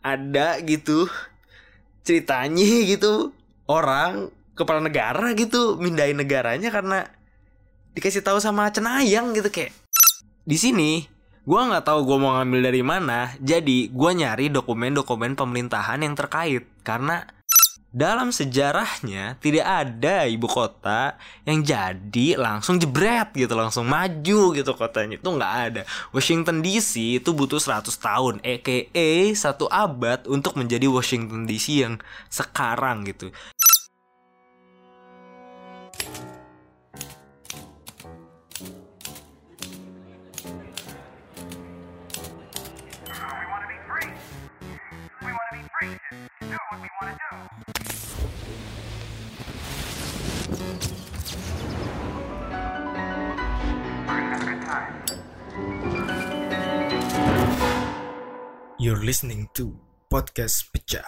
ada gitu ceritanya gitu, orang kepala negara gitu mindahin negaranya karena dikasih tahu sama cenayang gitu. Kayak di sini gue nggak tahu gue mau ngambil dari mana, jadi gue nyari dokumen-dokumen pemerintahan yang terkait karena dalam sejarahnya tidak ada ibu kota yang jadi langsung jebret gitu, langsung maju gitu kotanya. Itu nggak ada. Washington DC itu butuh 100 tahun, aka 1 abad untuk menjadi Washington DC yang sekarang gitu. You're listening to Podcast Pecah.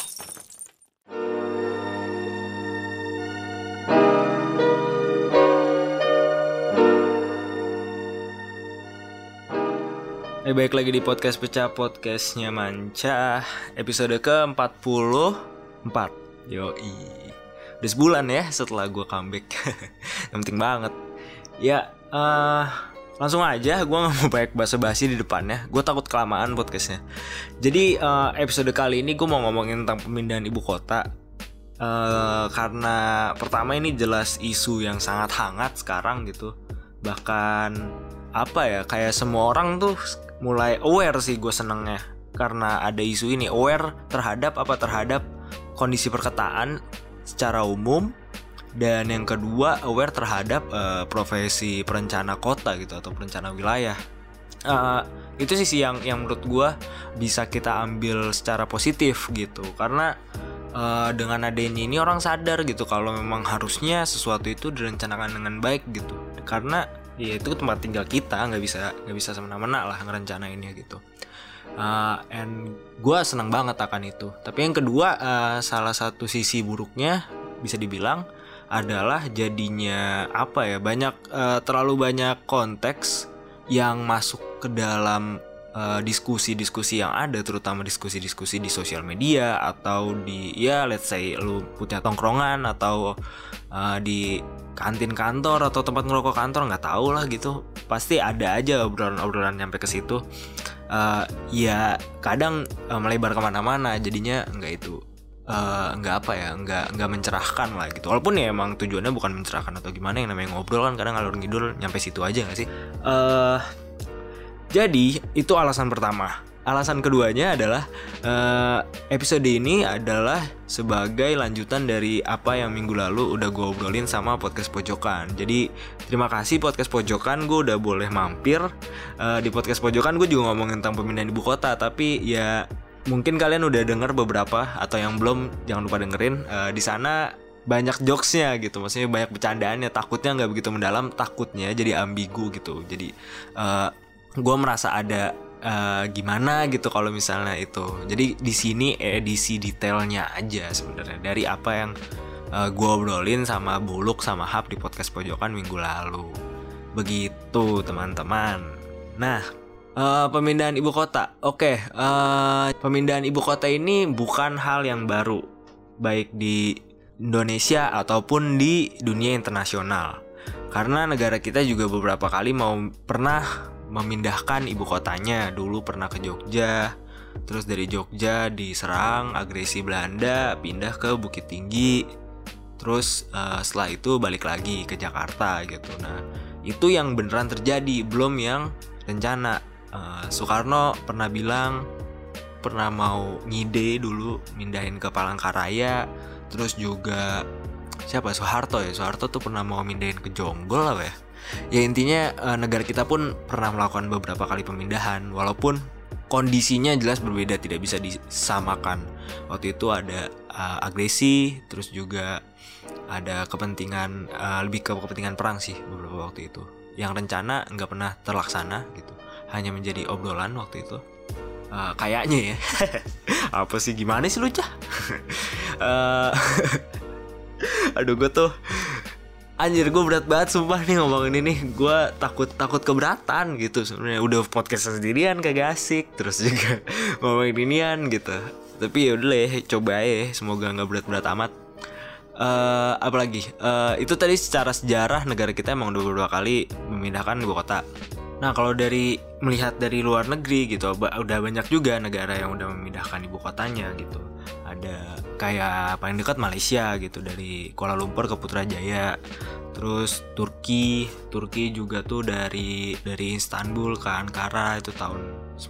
Baik lagi di Podcast Pecah, podcastnya Manca, episode ke-44. Yoi, udah sebulan ya setelah gue comeback. Penting banget. Ya, langsung aja, gue gak mau banyak basa-basi di depannya. Gue takut kelamaan podcastnya. Jadi episode kali ini gue mau ngomongin tentang pemindahan ibu kota. Karena pertama ini jelas isu yang sangat hangat sekarang gitu. Bahkan apa ya, kayak semua orang tuh mulai aware sih, gue senengnya. Karena ada isu ini, aware terhadap kondisi perkotaan secara umum. Dan yang kedua, aware terhadap profesi perencana kota gitu atau perencana wilayah. Itu sisi yang menurut gue bisa kita ambil secara positif gitu. Karena dengan adanya ini orang sadar gitu kalau memang harusnya sesuatu itu direncanakan dengan baik gitu. Karena ya itu tempat tinggal kita, nggak bisa semena-mena lah ngerencanainnya gitu. And gue senang banget akan itu. Tapi yang kedua, salah satu sisi buruknya bisa dibilang adalah jadinya apa ya, terlalu banyak konteks yang masuk ke dalam diskusi-diskusi yang ada, terutama diskusi-diskusi di sosial media atau di let's say lu punya tongkrongan atau di kantin kantor atau tempat ngerokok kantor, nggak tahu lah gitu, pasti ada aja obrolan nyampe ke situ. Ya kadang melebar kemana-mana, jadinya nggak mencerahkan lah gitu. Walaupun ya emang tujuannya bukan mencerahkan atau gimana, yang namanya ngobrol kan kadang ngalur ngidul nyampe situ aja nggak sih. Jadi itu alasan pertama. Alasan keduanya adalah episode ini adalah sebagai lanjutan dari apa yang minggu lalu udah gue obrolin sama Podcast Pojokan. Jadi terima kasih Podcast Pojokan, gue udah boleh mampir. Di Podcast Pojokan gue juga ngomongin tentang pemindahan ibu kota. Tapi ya mungkin kalian udah denger beberapa, atau yang belum jangan lupa dengerin. Di sana banyak jokesnya gitu, maksudnya banyak bercandaannya. Takutnya nggak begitu mendalam, takutnya jadi ambigu gitu. Jadi gue merasa ada gimana gitu kalau misalnya itu. Jadi di sini edisi detailnya aja sebenarnya dari apa yang gue obrolin sama Buluk sama Hap di Podcast Pojokan minggu lalu. Begitu teman-teman. Nah, pemindahan ibu kota. Oke, pemindahan ibu kota ini bukan hal yang baru, baik di Indonesia ataupun di dunia internasional. Karena negara kita juga beberapa kali pernah memindahkan ibu kotanya. Dulu pernah ke Jogja, terus dari Jogja diserang agresi Belanda, pindah ke Bukit Tinggi, terus setelah itu balik lagi ke Jakarta gitu. Nah, itu yang beneran terjadi, belum yang rencana. Soekarno pernah mau ngide dulu mindahin ke Palangkaraya. Terus juga Soeharto tuh pernah mau mindahin ke Jonggol apa ya. Ya intinya negara kita pun pernah melakukan beberapa kali pemindahan, walaupun kondisinya jelas berbeda, tidak bisa disamakan. Waktu itu ada agresi, terus juga ada kepentingan, lebih ke kepentingan perang sih beberapa waktu itu. Yang rencana nggak pernah terlaksana gitu, hanya menjadi obrolan waktu itu. Kayaknya ya. Apa sih, gimana sih lu Cah? Aduh, gue tuh anjir, gue berat banget sumpah nih ngomongin ini. Gue takut keberatan gitu sebenarnya. Udah podcast sendirian kagak asik, terus juga ngomongin inian gitu. Tapi ya udah deh, coba aja, semoga nggak berat-berat amat. Apalagi itu tadi secara sejarah negara kita emang udah beberapa kali memindahkan ibu kota. Nah kalau melihat dari luar negeri gitu, udah banyak juga negara yang udah memindahkan ibu kotanya gitu. Ada kayak paling dekat Malaysia gitu, dari Kuala Lumpur ke Putrajaya. Terus Turki juga tuh dari Istanbul ke Ankara itu tahun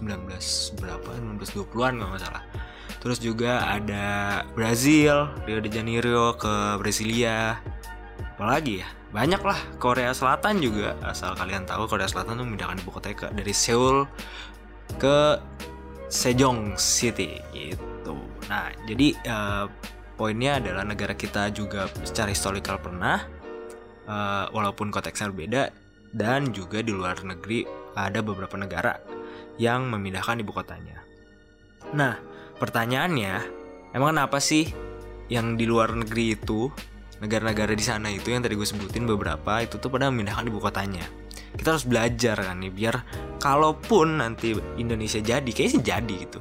1920-an kalau nggak salah. Terus juga ada Brazil, Rio de Janeiro ke Brasilia. Apalagi ya, banyak lah. Korea Selatan juga, asal kalian tahu Korea Selatan tuh memindahkan ibu kotanya dari Seoul ke Sejong City gitu. Nah jadi poinnya adalah negara kita juga secara historikal pernah, walaupun konteksnya berbeda, dan juga di luar negeri ada beberapa negara yang memindahkan ibu kotanya. Nah pertanyaannya, emang kenapa sih yang di luar negeri itu, negara-negara di sana itu yang tadi gue sebutin beberapa itu tuh pada memindahkan ibu kotanya? Kita harus belajar kan nih, biar kalaupun nanti Indonesia jadi, kayaknya sih jadi gitu.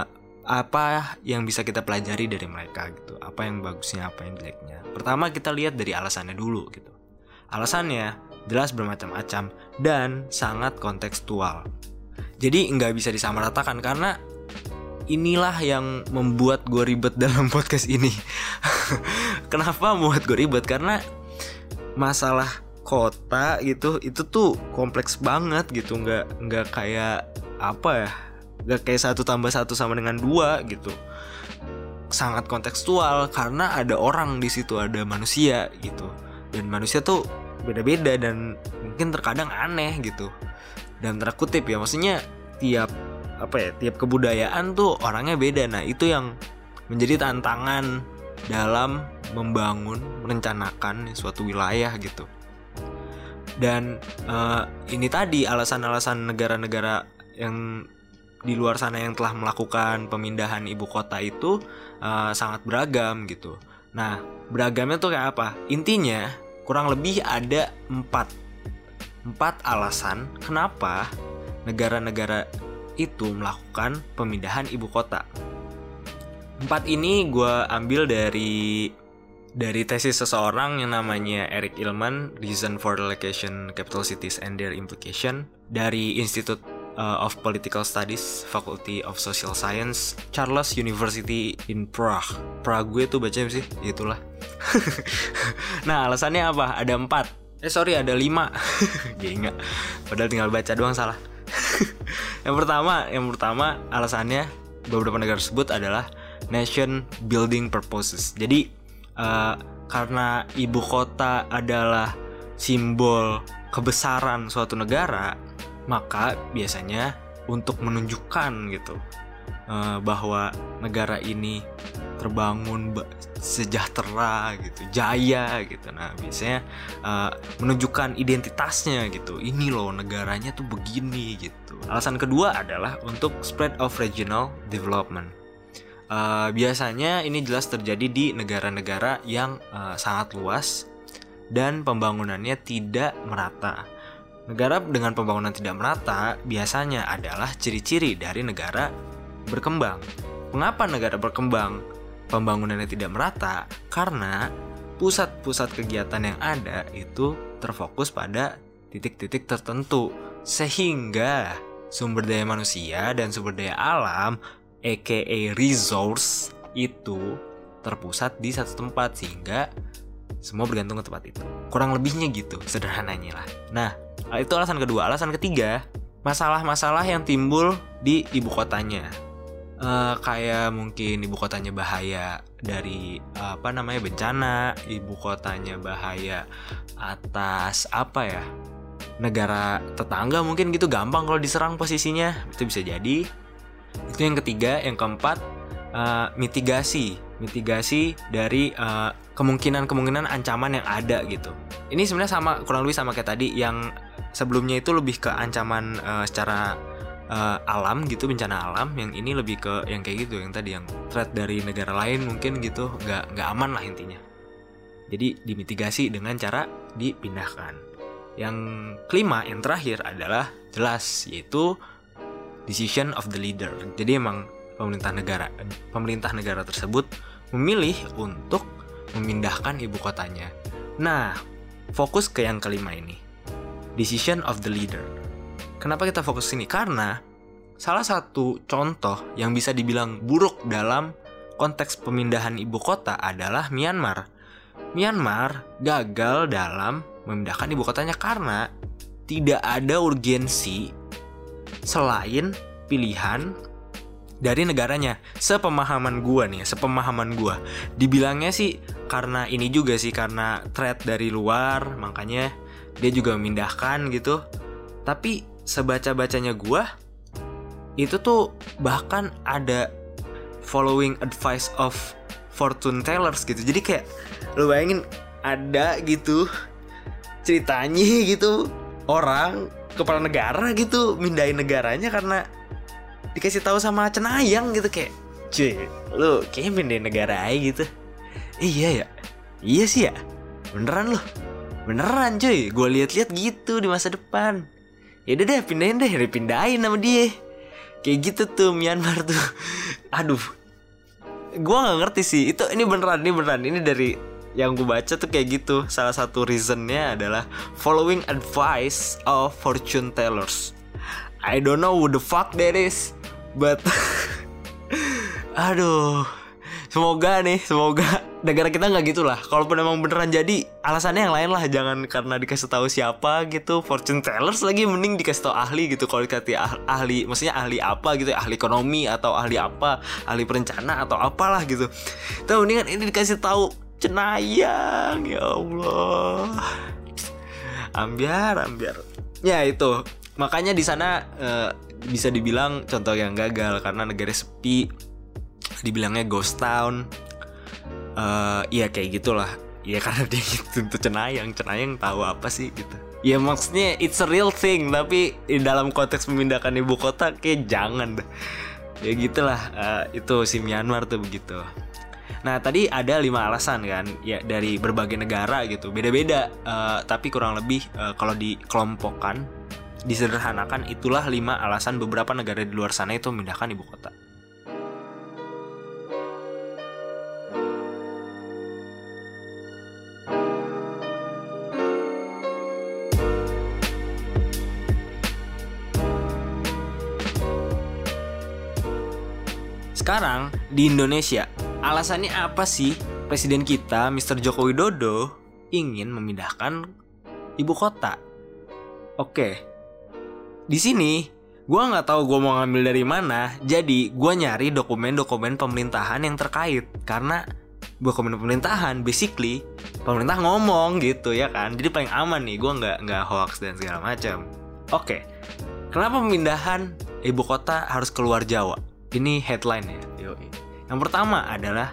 Apa yang bisa kita pelajari dari mereka gitu? Apa yang bagusnya, apa yang jeleknya? Pertama kita lihat dari alasannya dulu gitu. Alasannya jelas bermacam-macam dan sangat kontekstual. Jadi nggak bisa disamaratakan, karena inilah yang membuat gue ribet dalam podcast ini. Kenapa membuat gue ribet? Karena masalah kota gitu, itu tuh kompleks banget gitu. Nggak kayak apa ya, nggak kayak 1 tambah 1 sama dengan 2 gitu. Sangat kontekstual karena ada orang di situ, ada manusia gitu. Dan manusia tuh beda-beda dan mungkin terkadang aneh gitu. Dan tanda kutip ya, maksudnya tiap kebudayaan tuh orangnya beda. Nah itu yang menjadi tantangan dalam membangun, merencanakan suatu wilayah gitu. Dan ini tadi alasan-alasan negara-negara yang di luar sana yang telah melakukan pemindahan ibu kota itu sangat beragam gitu. Nah beragamnya tuh kayak apa? Intinya kurang lebih ada 4 alasan kenapa negara-negara itu melakukan pemindahan ibu kota. 4 ini gue ambil dari tesis seseorang yang namanya Eric Illman, Reason for Relocation Capital Cities and Their Implication, dari Institute of Political Studies, Faculty of Social Science, Charles University in Prague. Prague itu bacanya sih, itulah. Nah alasannya apa? Ada 4. Ada 5. Gila, padahal tinggal baca doang salah. Yang pertama alasannya beberapa negara tersebut adalah nation building purposes. Jadi karena ibu kota adalah simbol kebesaran suatu negara, maka biasanya untuk menunjukkan gitu bahwa negara ini terbangun sejahtera gitu, jaya gitu. Nah biasanya menunjukkan identitasnya gitu, ini loh negaranya tuh begini gitu. Alasan kedua adalah untuk spread of regional development. Biasanya ini jelas terjadi di negara-negara yang sangat luas dan pembangunannya tidak merata. Negara dengan pembangunan tidak merata biasanya adalah ciri-ciri dari negara berkembang. Mengapa negara berkembang pembangunannya tidak merata? Karena pusat-pusat kegiatan yang ada itu terfokus pada titik-titik tertentu, sehingga sumber daya manusia dan sumber daya alam aka resource itu terpusat di satu tempat, sehingga semua bergantung ke tempat itu. Kurang lebihnya gitu sederhananya lah. Nah itu alasan kedua. Alasan ketiga, masalah-masalah yang timbul di ibu kotanya. Kayak mungkin ibu kotanya bahaya dari bencana, ibu kotanya bahaya atas negara tetangga mungkin gitu, gampang kalau diserang posisinya, itu bisa jadi. Itu yang ketiga. Yang keempat, mitigasi dari kemungkinan ancaman yang ada gitu. Ini sebenarnya kurang lebih sama kayak tadi. Yang sebelumnya itu lebih ke ancaman secara alam gitu, bencana alam. Yang ini lebih ke yang kayak gitu, yang tadi yang threat dari negara lain mungkin gitu, nggak aman lah intinya. Jadi dimitigasi dengan cara dipindahkan. Yang kelima, yang terakhir adalah jelas, yaitu decision of the leader. Jadi emang pemerintah negara tersebut memilih untuk memindahkan ibu kotanya. Nah, fokus ke yang kelima ini, decision of the leader. Kenapa kita fokus sini? Karena salah satu contoh yang bisa dibilang buruk dalam konteks pemindahan ibu kota adalah Myanmar. Myanmar gagal dalam memindahkan ibu kotanya karena tidak ada urgensi selain pilihan dari negaranya. Sepemahaman gua. Dibilangnya sih karena ini juga sih, karena threat dari luar, makanya dia juga memindahkan gitu. Tapi sebaca-bacanya gua, itu tuh bahkan ada following advice of fortune tellers gitu. Jadi kayak lu bayangin ada gitu ceritanya gitu, orang kepala negara gitu mindahin negaranya karena dikasih tahu sama cenayang gitu. Kayak cuy, lu kayaknya pindahin negara aja gitu. Iya ya, iya sih ya, beneran beneran cuy, gue lihat-lihat gitu di masa depan. Ya udah deh, pindahin sama dia. Kayak gitu tuh Myanmar tuh. Aduh, gue nggak ngerti sih. Ini beneran. Ini dari yang gue baca tuh kayak gitu. Salah satu reasonnya adalah following advice of fortune tellers. I don't know who the fuck that is, but aduh, semoga negara kita nggak gitulah. Kalaupun emang beneran jadi, alasannya yang lain lah. Jangan karena dikasih tahu siapa gitu, fortune tellers lagi, mending dikasih tahu ahli gitu. Kalau dikasih ahli, maksudnya ahli apa gitu, ahli ekonomi atau ahli apa, ahli perencana atau apalah gitu. Tahu mendingan ini dikasih tahu cenayang. Ya Allah, ambiar. Ya itu, makanya di sana bisa dibilang contoh yang gagal karena negara sepi, dibilangnya ghost town. Ya kayak gitulah. Ya karena dia gitu tuh cenayang tahu apa sih gitu. Ya maksudnya it's a real thing, tapi dalam konteks memindahkan ibu kota kayak jangan dah. Ya gitulah, itu si Myanmar tuh begitu. Nah tadi ada 5 alasan kan, ya dari berbagai negara gitu, beda-beda. Tapi kurang lebih kalau dikelompokkan, disederhanakan, itulah 5 alasan beberapa negara di luar sana itu memindahkan ibu kota. Sekarang di Indonesia, alasannya apa sih Presiden kita, Mr. Joko Widodo, ingin memindahkan ibu kota? Oke, di sini gue nggak tahu gue mau ngambil dari mana. Jadi gue nyari dokumen-dokumen pemerintahan yang terkait, karena dokumen pemerintahan basically pemerintah ngomong gitu ya kan. Jadi paling aman nih, gue nggak hoax dan segala macam. Oke, kenapa pemindahan ibu kota harus keluar Jawa? Ini headline-nya. Yang pertama adalah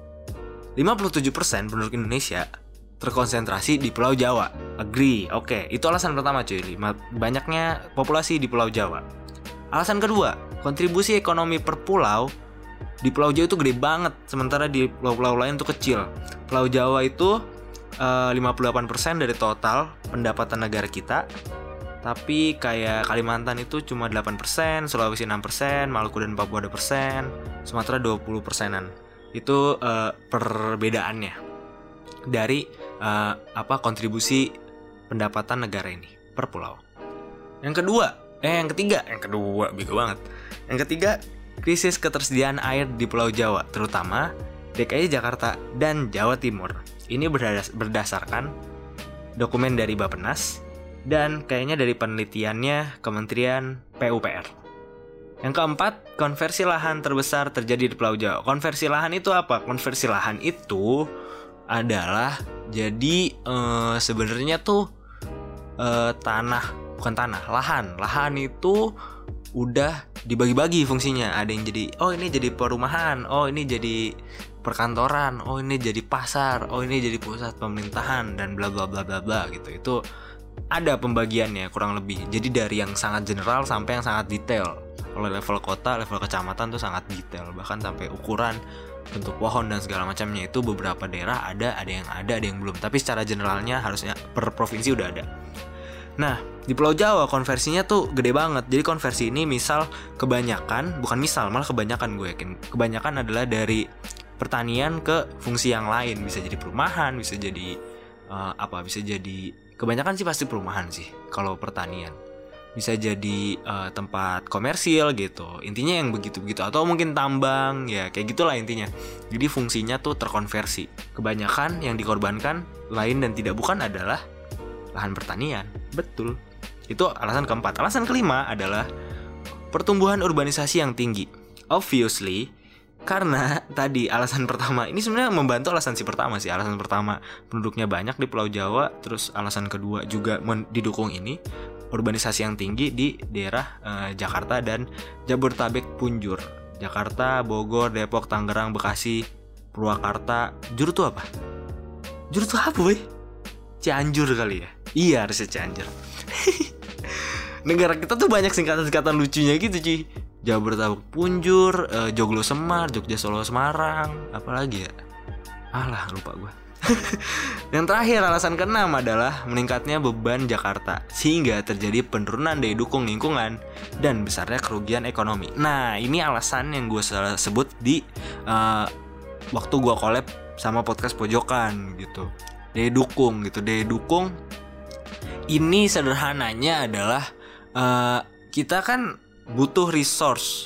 57% penduduk Indonesia terkonsentrasi di Pulau Jawa. Agree. Oke, itu alasan pertama cuy. Banyaknya populasi di Pulau Jawa. Alasan kedua, kontribusi ekonomi per pulau di Pulau Jawa itu gede banget, sementara di pulau-pulau lain itu kecil. Pulau Jawa itu 58% dari total pendapatan negara kita. Tapi kayak Kalimantan itu cuma 8%, Sulawesi 6%, Maluku dan Papua 2%, Sumatera 20%-an. Itu perbedaannya dari kontribusi pendapatan negara ini per pulau. Yang ketiga, bego banget. Yang ketiga, krisis ketersediaan air di Pulau Jawa, terutama DKI Jakarta dan Jawa Timur. Ini berdasarkan dokumen dari Bappenas dan kayaknya dari penelitiannya Kementerian PUPR. Yang keempat, konversi lahan terbesar terjadi di Pulau Jawa. Konversi lahan itu apa? Konversi lahan itu adalah jadi sebenarnya tuh lahan itu udah dibagi-bagi fungsinya. Ada yang jadi, ini jadi perumahan, ini jadi perkantoran, ini jadi pasar, ini jadi pusat pemerintahan dan bla bla bla bla bla gitu. Itu ada pembagiannya kurang lebih. Jadi dari yang sangat general sampai yang sangat detail. Kalau level kota, level kecamatan tuh sangat detail, bahkan sampai ukuran, bentuk pohon dan segala macamnya itu beberapa daerah ada yang belum. Tapi secara generalnya harusnya per provinsi udah ada. Nah, di Pulau Jawa konversinya tuh gede banget. Jadi konversi ini misal kebanyakan, bukan misal, malah kebanyakan gue yakin. Kebanyakan adalah dari pertanian ke fungsi yang lain. Bisa jadi perumahan, bisa jadi bisa jadi, kebanyakan sih pasti perumahan sih kalau pertanian. Bisa jadi tempat komersil gitu. Intinya yang begitu-begitu. Atau mungkin tambang, ya kayak gitulah intinya. Jadi fungsinya tuh terkonversi. Kebanyakan yang dikorbankan lain dan tidak bukan adalah lahan pertanian. Betul. Itu alasan keempat. Alasan kelima adalah pertumbuhan urbanisasi yang tinggi. Obviously, karena tadi alasan pertama ini sebenarnya membantu alasan si pertama sih. Alasan pertama penduduknya banyak di Pulau Jawa. Terus alasan kedua juga didukung ini, urbanisasi yang tinggi di daerah Jakarta dan Jabodetabek punjur. Jakarta, Bogor, Depok, Tangerang, Bekasi, Purwakarta. Jur tuh apa? Jur tuh apa, boy? Cianjur kali ya? Iya, harusnya Cianjur. Negara kita tuh banyak singkatan-singkatan lucunya gitu, cuy. Jabodetabek punjur, Joglo Semar, Jogja Solo Semarang, apalagi ya? Alah, lupa gue. Yang terakhir, alasan keenam adalah meningkatnya beban Jakarta sehingga terjadi penurunan daya dukung lingkungan dan besarnya kerugian ekonomi. Nah, ini alasan yang gue sebut di waktu gue collab sama podcast Pojokan gitu. Daya dukung gitu. Daya dukung ini sederhananya adalah kita kan butuh resource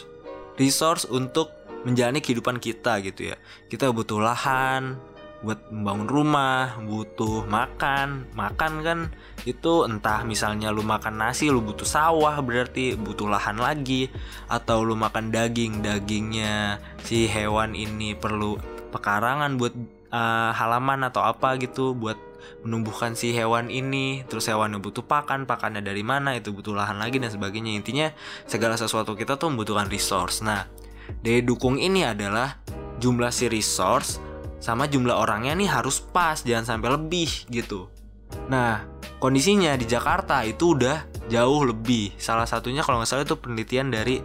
untuk menjalani kehidupan kita gitu ya. Kita butuh lahan buat membangun rumah, butuh makan kan itu entah misalnya lu makan nasi, lu butuh sawah berarti butuh lahan lagi, atau lu makan dagingnya si hewan ini perlu pekarangan buat halaman atau apa gitu buat menumbuhkan si hewan ini, terus hewannya butuh pakannya dari mana, itu butuh lahan lagi dan sebagainya. Intinya segala sesuatu kita tuh membutuhkan resource. Nah, daya dukung ini adalah jumlah si resource sama jumlah orangnya nih harus pas, jangan sampai lebih gitu. Nah, kondisinya di Jakarta itu udah jauh lebih. Salah satunya kalau nggak salah itu penelitian dari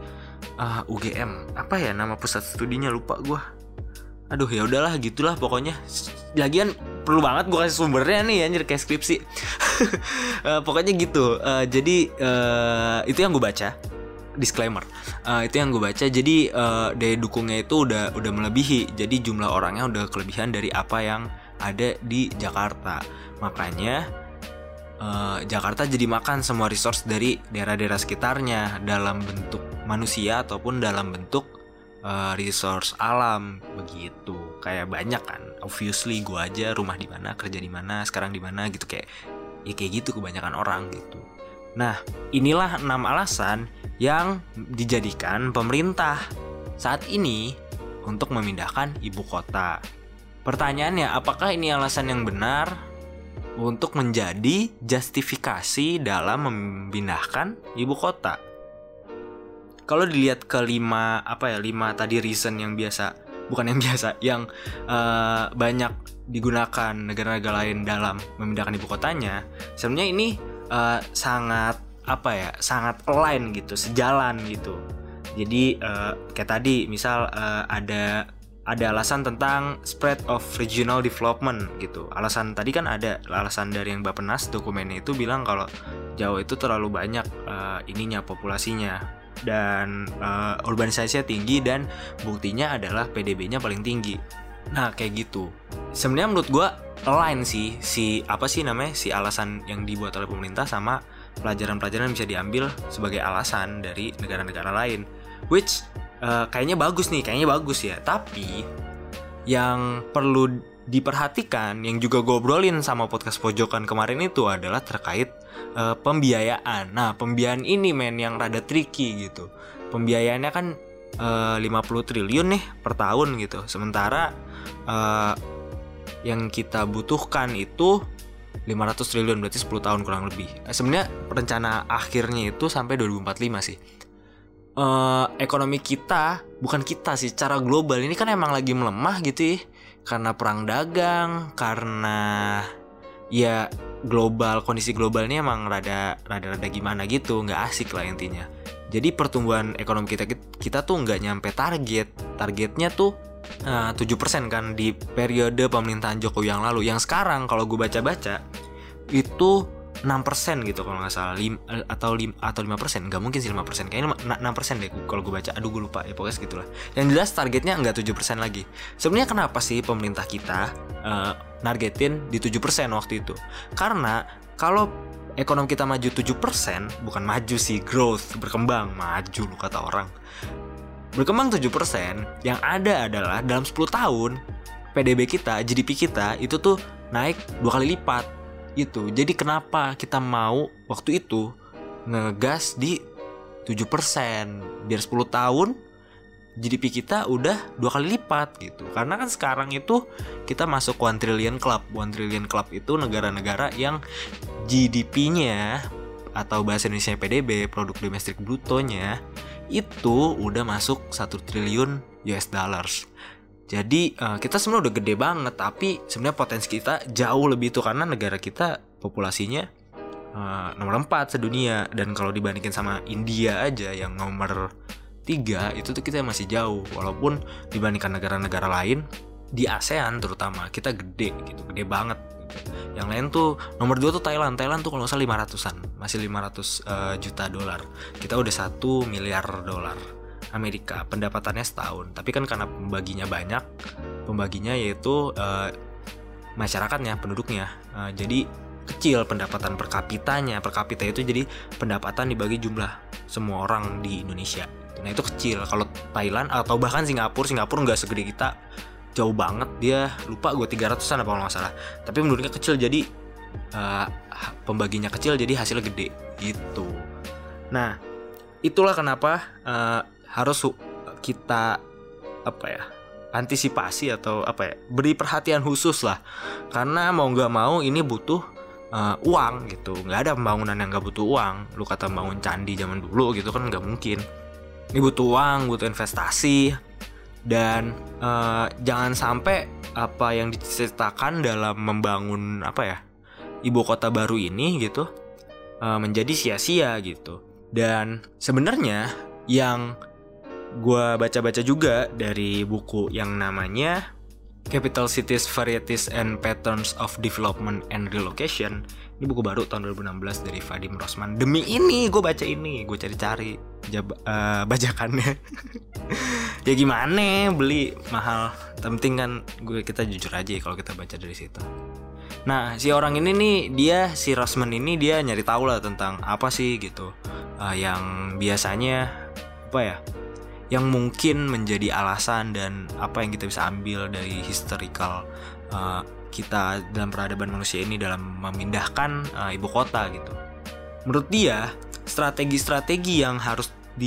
UGM. Apa ya nama pusat studinya, lupa gue. Aduh, ya udahlah gitulah pokoknya. Lagian perlu banget gue kasih sumbernya nih anjir kayak skripsi. Pokoknya gitu. Jadi itu yang gue baca. Disclaimer, itu yang gue baca. Jadi daya dukungnya itu udah melebihi. Jadi jumlah orangnya udah kelebihan dari apa yang ada di Jakarta. Makanya Jakarta jadi makan semua resource dari daerah-daerah sekitarnya dalam bentuk manusia ataupun dalam bentuk resource alam begitu. Kayak banyak kan. Obviously gue aja rumah di mana, kerja di mana, sekarang di mana gitu, kayak gitu kebanyakan orang gitu. Nah, inilah 6 alasan yang dijadikan pemerintah saat ini untuk memindahkan ibu kota. Pertanyaannya, apakah ini alasan yang benar untuk menjadi justifikasi dalam memindahkan ibu kota? Kalau dilihat ke 5 tadi reason yang biasa, bukan yang biasa, yang banyak digunakan negara-negara lain dalam memindahkan ibu kotanya, sebenarnya ini sangat align gitu, sejalan gitu. Jadi kayak tadi misal ada alasan tentang spread of regional development gitu. Alasan tadi kan ada alasan dari yang Bappenas dokumennya itu bilang kalau Jawa itu terlalu banyak populasinya dan urbanisasinya tinggi dan buktinya adalah PDB-nya paling tinggi. Nah, kayak gitu. Sebenarnya menurut gue align sih si alasan yang dibuat oleh pemerintah sama pelajaran-pelajaran yang bisa diambil sebagai alasan dari negara-negara lain, which kayaknya bagus ya. Tapi yang perlu diperhatikan, yang juga gue obrolin sama podcast Pojokan kemarin itu adalah terkait pembiayaan. Nah, pembiayaan ini yang rada tricky gitu. Pembiayaannya kan 50 triliun nih per tahun gitu. Sementara yang kita butuhkan itu 500 triliun, berarti 10 tahun kurang lebih. Sebenarnya rencana akhirnya itu sampai 2045 sih. Ekonomi kita, bukan kita sih, secara global ini kan emang lagi melemah gitu ya. Karena perang dagang, karena ya kondisi global ini emang rada gimana gitu, nggak asik lah intinya. Jadi pertumbuhan ekonomi kita tuh nggak nyampe targetnya tuh 7% kan di periode pemerintahan Jokowi yang lalu. Yang sekarang kalau gue baca-baca itu 6% gitu kalau nggak salah, atau 5%, nggak mungkin sih 5%, kayaknya 6% deh kalau gue baca, aduh gue lupa ya, pokoknya segitulah. Yang jelas targetnya nggak 7% lagi. Sebenarnya kenapa sih pemerintah kita nargetin di 7% waktu itu? Karena kalau ekonomi kita maju 7%, bukan maju sih, growth, berkembang, maju lu kata orang. Berkembang 7%, yang ada adalah dalam 10 tahun PDB kita, GDP kita itu tuh naik 2 kali lipat. Itu. Jadi kenapa kita mau waktu itu ngegas di 7%, biar 10 tahun GDP kita udah 2 kali lipat gitu. Karena kan sekarang itu kita masuk 1 trillion club. 1 trillion club itu negara-negara yang GDP-nya atau bahasa Indonesia PDB, produk domestik brutonya, itu udah masuk 1 triliun US dollars. Jadi kita sebenarnya udah gede banget, tapi sebenarnya potensi kita jauh lebih itu, karena negara kita populasinya nomor 4 sedunia. Dan kalau dibandingin sama India aja yang nomor 3, itu tuh kita masih jauh. Walaupun dibandingkan negara-negara lain di ASEAN terutama, kita gede gitu, gede banget. Yang lain tuh nomor 2 tuh Thailand tuh kalau nggak salah 500-an, masih 500 juta dolar. Kita udah 1 miliar dolar Amerika pendapatannya setahun. Tapi kan karena pembaginya yaitu masyarakatnya, penduduknya, jadi kecil pendapatan per kapitanya. Per kapita itu jadi pendapatan dibagi jumlah semua orang di Indonesia. Nah itu kecil. Kalau Thailand atau bahkan Singapura nggak segede kita, jauh banget. Dia lupa gue 300-an apa kalau nggak salah. Tapi penduduknya kecil, jadi pembaginya kecil, jadi hasilnya gede gitu. Nah itulah kenapa harus kita antisipasi atau beri perhatian khusus lah, karena mau nggak mau ini butuh uang gitu. Nggak ada pembangunan yang nggak butuh uang. Lu kata bangun candi zaman dulu gitu kan nggak mungkin. Ini butuh uang, butuh investasi, dan jangan sampai apa yang diceritakan dalam membangun ibu kota baru ini gitu menjadi sia-sia gitu. Dan sebenarnya yang gue baca-baca juga dari buku yang namanya Capital Cities, Varieties and Patterns of Development and Relocation. Ini buku baru tahun 2016 dari Vadim Rosman. Demi ini gue baca ini, gue cari-cari bajakannya. Ya gimana, beli mahal. Penting kan kita jujur aja kalau kita baca dari situ. Nah si orang ini nih, si Rosman ini dia nyari tahu lah tentang apa sih gitu yang biasanya yang mungkin menjadi alasan dan apa yang kita bisa ambil dari historical kita dalam peradaban manusia ini dalam memindahkan ibu kota gitu. Menurut dia strategi-strategi yang harus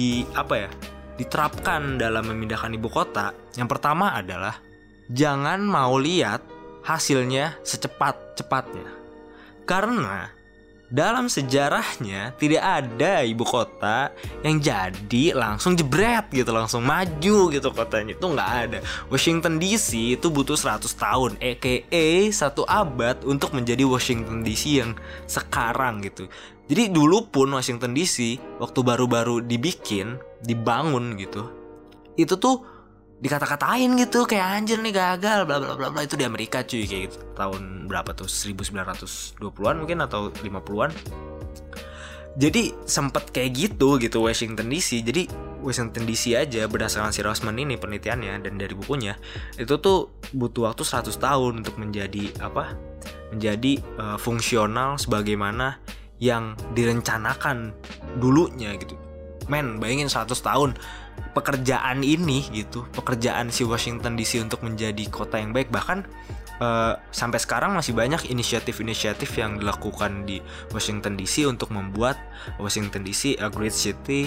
diterapkan dalam memindahkan ibu kota, yang pertama adalah jangan mau lihat hasilnya secepat-cepatnya. Karena dalam sejarahnya tidak ada ibu kota yang jadi langsung jebret gitu, langsung maju gitu kotanya. Itu nggak ada. Washington DC itu butuh 100 tahun, aka 1 abad untuk menjadi Washington DC yang sekarang gitu. Jadi dulu pun Washington DC waktu baru-baru dibangun gitu, itu tuh dikata-katain gitu kayak anjir nih gagal bla bla bla bla. Itu di Amerika cuy, kayak gitu. Tahun berapa tuh, 1920-an mungkin atau 50-an. Jadi sempet kayak gitu Washington DC. Jadi Washington DC aja berdasarkan si Rosman ini penelitiannya dan dari bukunya, itu tuh butuh waktu 100 tahun untuk menjadi fungsional sebagaimana yang direncanakan dulunya gitu. Men, bayangin 100 tahun pekerjaan ini gitu, pekerjaan si Washington DC untuk menjadi kota yang baik. Bahkan sampai sekarang masih banyak inisiatif-inisiatif yang dilakukan di Washington DC untuk membuat Washington DC a great city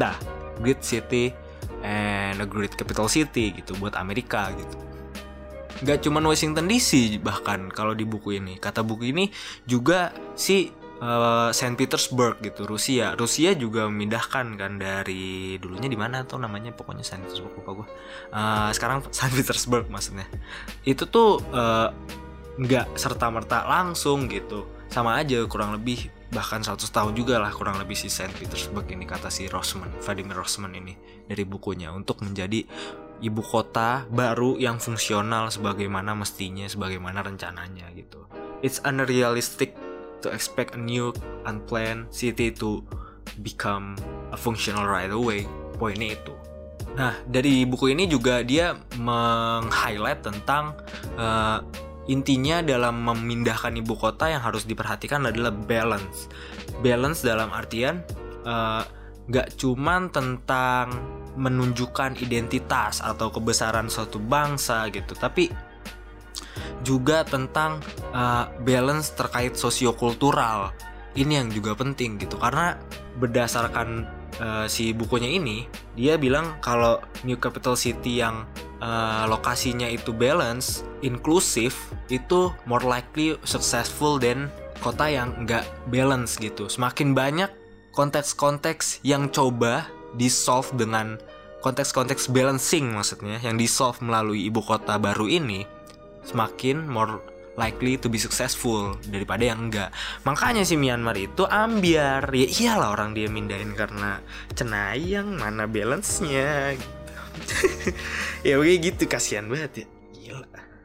and a great capital city gitu buat Amerika gitu. Gak cuman Washington DC, bahkan kalau di buku ini, kata buku ini juga si Saint Petersburg gitu, Rusia juga memindahkan kan dari dulunya di mana tuh namanya, pokoknya Saint Petersburg lupa gue. Sekarang Saint Petersburg maksudnya. Itu tuh nggak serta-merta langsung gitu, sama aja kurang lebih bahkan 100 tahun juga lah kurang lebih si Saint Petersburg ini, kata si Vladimir Rosman ini dari bukunya, untuk menjadi ibu kota baru yang fungsional sebagaimana mestinya, sebagaimana rencananya gitu. It's unrealistic to expect a new unplanned city to become a functional right away. Poinnya itu. Nah, dari buku ini juga dia meng-highlight tentang intinya dalam memindahkan ibu kota yang harus diperhatikan adalah balance. Balance dalam artian gak cuman tentang menunjukkan identitas atau kebesaran suatu bangsa gitu, tapi juga tentang balance terkait sosiokultural. Ini yang juga penting gitu, karena berdasarkan si bukunya ini, dia bilang kalau New Capital City yang lokasinya itu balance, inklusif, itu more likely successful than kota yang nggak balance gitu. Semakin banyak konteks-konteks yang coba di-solve dengan konteks-konteks balancing, maksudnya yang di-solve melalui ibu kota baru ini, semakin more likely to be successful daripada yang enggak. Makanya si Myanmar itu ambiar. Ya iyalah, orang dia mindahin karena cenayang, mana balance-nya gitu. Ya begitu gitu, kasihan banget ya. Gila.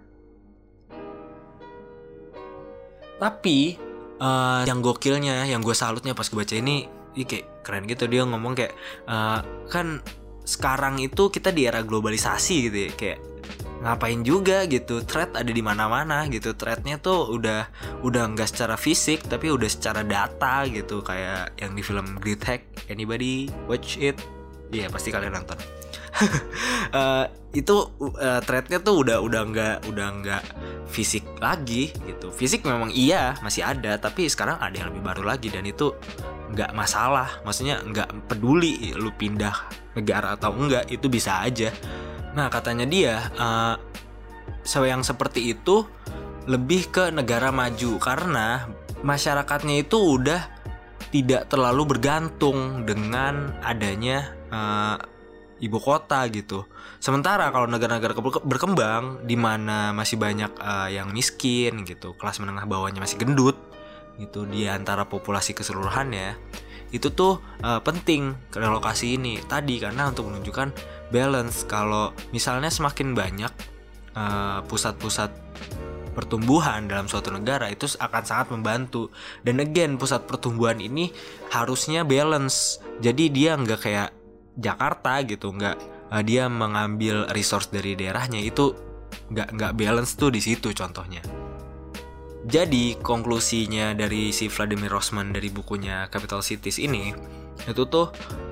Tapi yang gokilnya, yang gue salutnya pas gue baca ini kayak keren gitu. Dia ngomong kayak kan sekarang itu kita di era globalisasi gitu ya, kayak ngapain juga gitu, threat ada di mana-mana gitu. Threatnya tuh udah nggak secara fisik tapi udah secara data gitu, kayak yang di film Great Hack. Anybody watch it? Iya, pasti kalian nonton. Itu threatnya tuh udah nggak fisik lagi gitu. Fisik memang iya masih ada, tapi sekarang ada yang lebih baru lagi, dan itu nggak masalah. Maksudnya nggak peduli lu pindah negara atau enggak, itu bisa aja. Nah, katanya dia yang seperti itu lebih ke negara maju karena masyarakatnya itu udah tidak terlalu bergantung dengan adanya ibu kota gitu. Sementara kalau negara-negara berkembang di mana masih banyak yang miskin gitu, kelas menengah bawahnya masih gendut gitu di antara populasi keseluruhannya, itu tuh penting relokasi ini tadi karena untuk menunjukkan balance. Kalau misalnya semakin banyak pusat-pusat pertumbuhan dalam suatu negara, itu akan sangat membantu. Dan again, pusat pertumbuhan ini harusnya balance. Jadi dia nggak kayak Jakarta gitu, nggak dia mengambil resource dari daerahnya, itu nggak balance tuh di situ contohnya. Jadi konklusinya dari si Vladimir Rosman dari bukunya Capital Cities ini itu tuh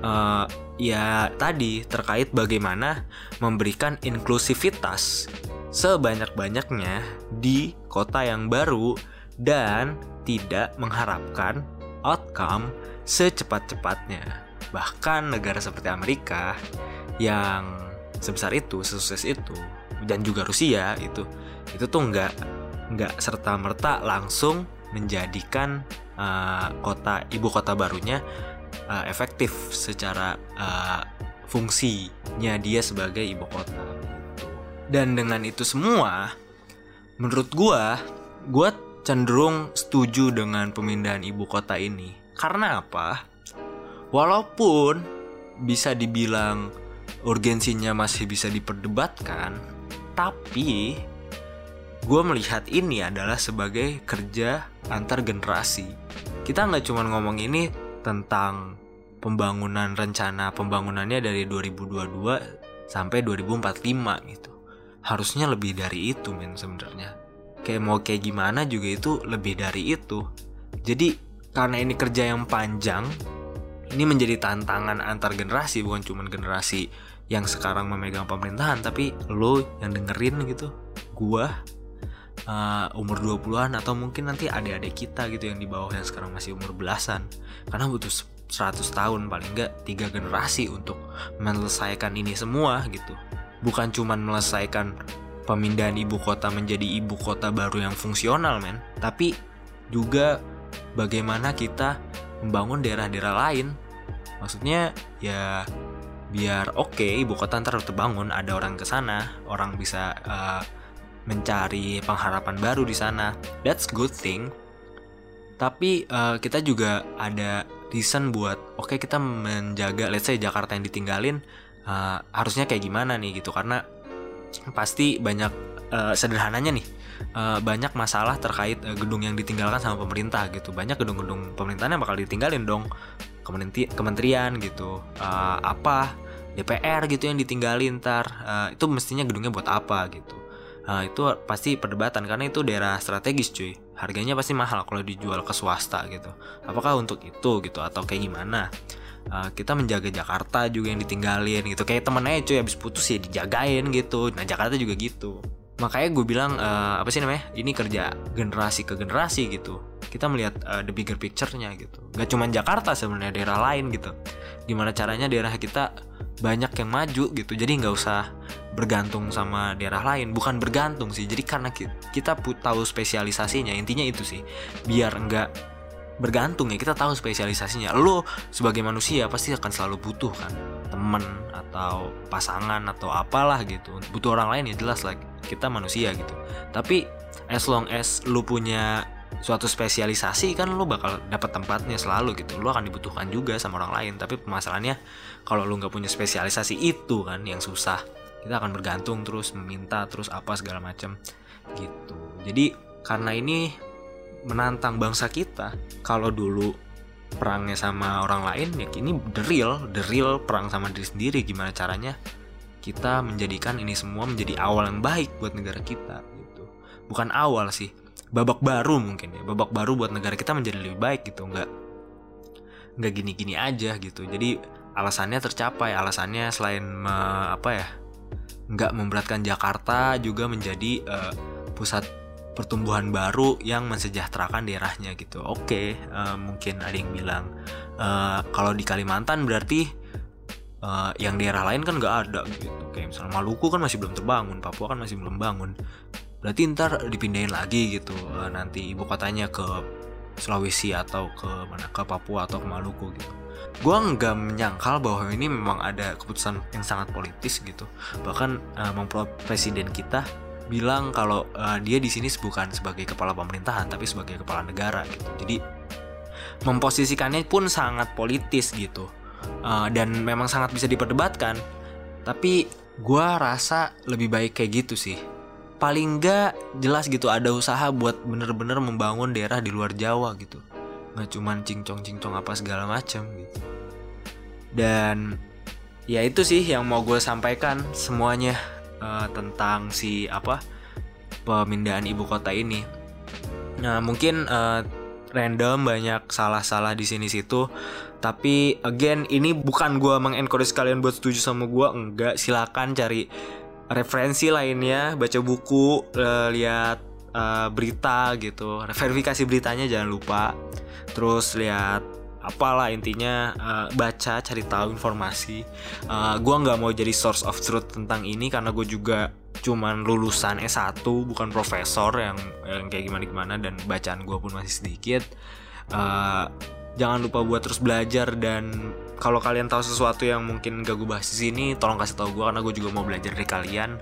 ya tadi terkait bagaimana memberikan inklusivitas sebanyak-banyaknya di kota yang baru dan tidak mengharapkan outcome secepat-cepatnya. Bahkan negara seperti Amerika yang sebesar itu, sukses itu, dan juga Rusia itu tuh nggak serta-merta langsung menjadikan ibu kota barunya efektif secara fungsinya dia sebagai ibu kota. Dan dengan itu semua, menurut gue cenderung setuju dengan pemindahan ibu kota ini. Karena apa? Walaupun bisa dibilang urgensinya masih bisa diperdebatkan, tapi gue melihat ini adalah sebagai kerja antar generasi. Kita nggak cuma ngomong ini tentang pembangunan, rencana pembangunannya dari 2022 sampai 2045 gitu. Harusnya lebih dari itu sebenarnya. Kayak mau kayak gimana juga itu lebih dari itu. Jadi karena ini kerja yang panjang, ini menjadi tantangan antar generasi, bukan cuma generasi yang sekarang memegang pemerintahan, tapi lo yang dengerin gitu, gua umur 20-an atau mungkin nanti adik-adik kita gitu yang di bawah yang sekarang masih umur belasan. Karena butuh 100 tahun paling enggak 3 generasi untuk menyelesaikan ini semua gitu. Bukan cuma menyelesaikan pemindahan ibu kota menjadi ibu kota baru yang fungsional tapi juga bagaimana kita membangun daerah-daerah lain. Maksudnya ya biar ibu kota ntar terbangun, ada orang ke sana, orang bisa mencari pengharapan baru di sana. That's good thing. Tapi kita juga ada reason buat kita menjaga, let's say Jakarta yang ditinggalin harusnya kayak gimana nih gitu. Karena pasti banyak sederhananya nih, banyak masalah terkait gedung yang ditinggalkan sama pemerintah gitu. Banyak gedung-gedung pemerintahan yang bakal ditinggalin dong, kementerian gitu, DPR gitu yang ditinggalin ntar. Itu mestinya gedungnya buat apa gitu. Itu pasti perdebatan karena itu daerah strategis cuy. Harganya pasti mahal kalau dijual ke swasta gitu. Apakah untuk itu gitu atau kayak gimana? Kita menjaga Jakarta juga yang ditinggalin gitu. Kayak temen aja cuy, habis putus ya dijagain gitu. Nah Jakarta juga gitu. Makanya gue bilang ini kerja generasi ke generasi gitu. Kita melihat the bigger picture-nya gitu. Gak cuma Jakarta sebenarnya, daerah lain gitu. Gimana caranya daerah kita banyak yang maju gitu. Jadi gak usah bergantung sama daerah lain. Bukan bergantung sih, jadi karena kita tahu spesialisasinya. Intinya itu sih, biar gak bergantung ya, kita tahu spesialisasinya. Lo sebagai manusia pasti akan selalu butuh kan temen atau pasangan atau apalah gitu. Butuh orang lain ya jelas lah, kita manusia gitu. Tapi as long as lo punya suatu spesialisasi kan lo bakal dapat tempatnya selalu gitu. Lo akan dibutuhkan juga sama orang lain. Tapi permasalahannya kalau lo gak punya spesialisasi itu kan yang susah. Kita akan bergantung terus, meminta terus apa segala macam gitu. Jadi karena ini menantang bangsa kita. Kalau dulu perangnya sama orang lain, ya ini the real perang sama diri sendiri. Gimana caranya kita menjadikan ini semua menjadi awal yang baik buat negara kita gitu. Bukan awal sih, babak baru mungkin ya. Babak baru buat negara kita menjadi lebih baik gitu. Nggak gini-gini aja gitu. Jadi alasannya tercapai. Alasannya selain nggak memberatkan Jakarta, juga menjadi pusat pertumbuhan baru yang mensejahterakan daerahnya gitu. Oke, mungkin ada yang bilang kalau di Kalimantan berarti yang daerah lain kan nggak ada gitu. Kayak misalnya Maluku kan masih belum terbangun, Papua kan masih belum bangun. Berarti ntar dipindahin lagi gitu, nanti ibu kotanya ke Sulawesi atau ke Papua atau ke Maluku gitu. Gue nggak menyangkal bahwa ini memang ada keputusan yang sangat politis gitu. Bahkan presiden kita bilang kalau dia di sini bukan sebagai kepala pemerintahan tapi sebagai kepala negara gitu. Jadi memposisikannya pun sangat politis gitu, dan memang sangat bisa diperdebatkan. Tapi gue rasa lebih baik kayak gitu sih. Paling nggak jelas gitu ada usaha buat bener-bener membangun daerah di luar Jawa gitu. Nggak cuman cincong apa segala macam gitu. Dan ya itu sih yang mau gue sampaikan semuanya tentang pemindahan ibu kota ini. Nah mungkin random, banyak salah-salah di sini situ. Tapi again ini bukan gue mengencourage kalian buat setuju sama gue, enggak. Silakan cari referensi lainnya, baca buku, lihat berita gitu, verifikasi beritanya jangan lupa. Terus lihat apalah intinya, baca, cari tahu informasi. Gue nggak mau jadi source of truth tentang ini karena gue juga cuman lulusan S1, bukan profesor yang kayak gimana dan bacaan gue pun masih sedikit. Jangan lupa buat terus belajar, dan kalau kalian tahu sesuatu yang mungkin gak gue bahas di sini, tolong kasih tahu gue karena gue juga mau belajar dari kalian.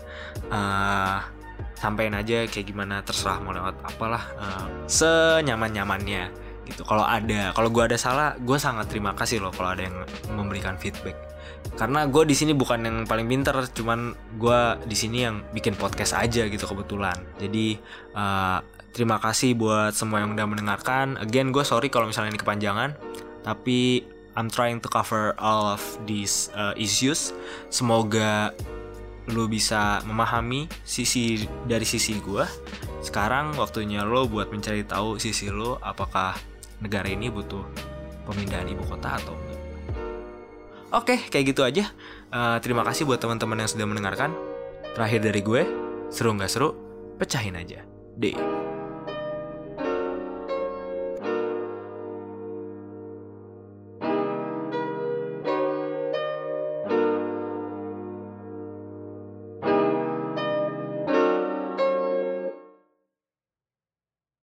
Sampein aja kayak gimana, terserah mau lewat apalah, senyaman-nyamannya gitu. Kalau gue ada salah, gue sangat terima kasih loh kalau ada yang memberikan feedback. Karena gue di sini bukan yang paling pintar, cuman gue di sini yang bikin podcast aja gitu kebetulan. Jadi terima kasih buat semua yang udah mendengarkan. Again, gue sorry kalau misalnya ini kepanjangan, tapi I'm trying to cover all of these issues. Semoga lu bisa memahami sisi gue. Sekarang waktunya lo buat mencari tahu sisi lo, apakah negara ini butuh pemindahan ibu kota atau enggak. Oke, kayak gitu aja. Terima kasih buat teman-teman yang sudah mendengarkan. Terakhir dari gue, seru nggak seru, pecahin aja. Deh.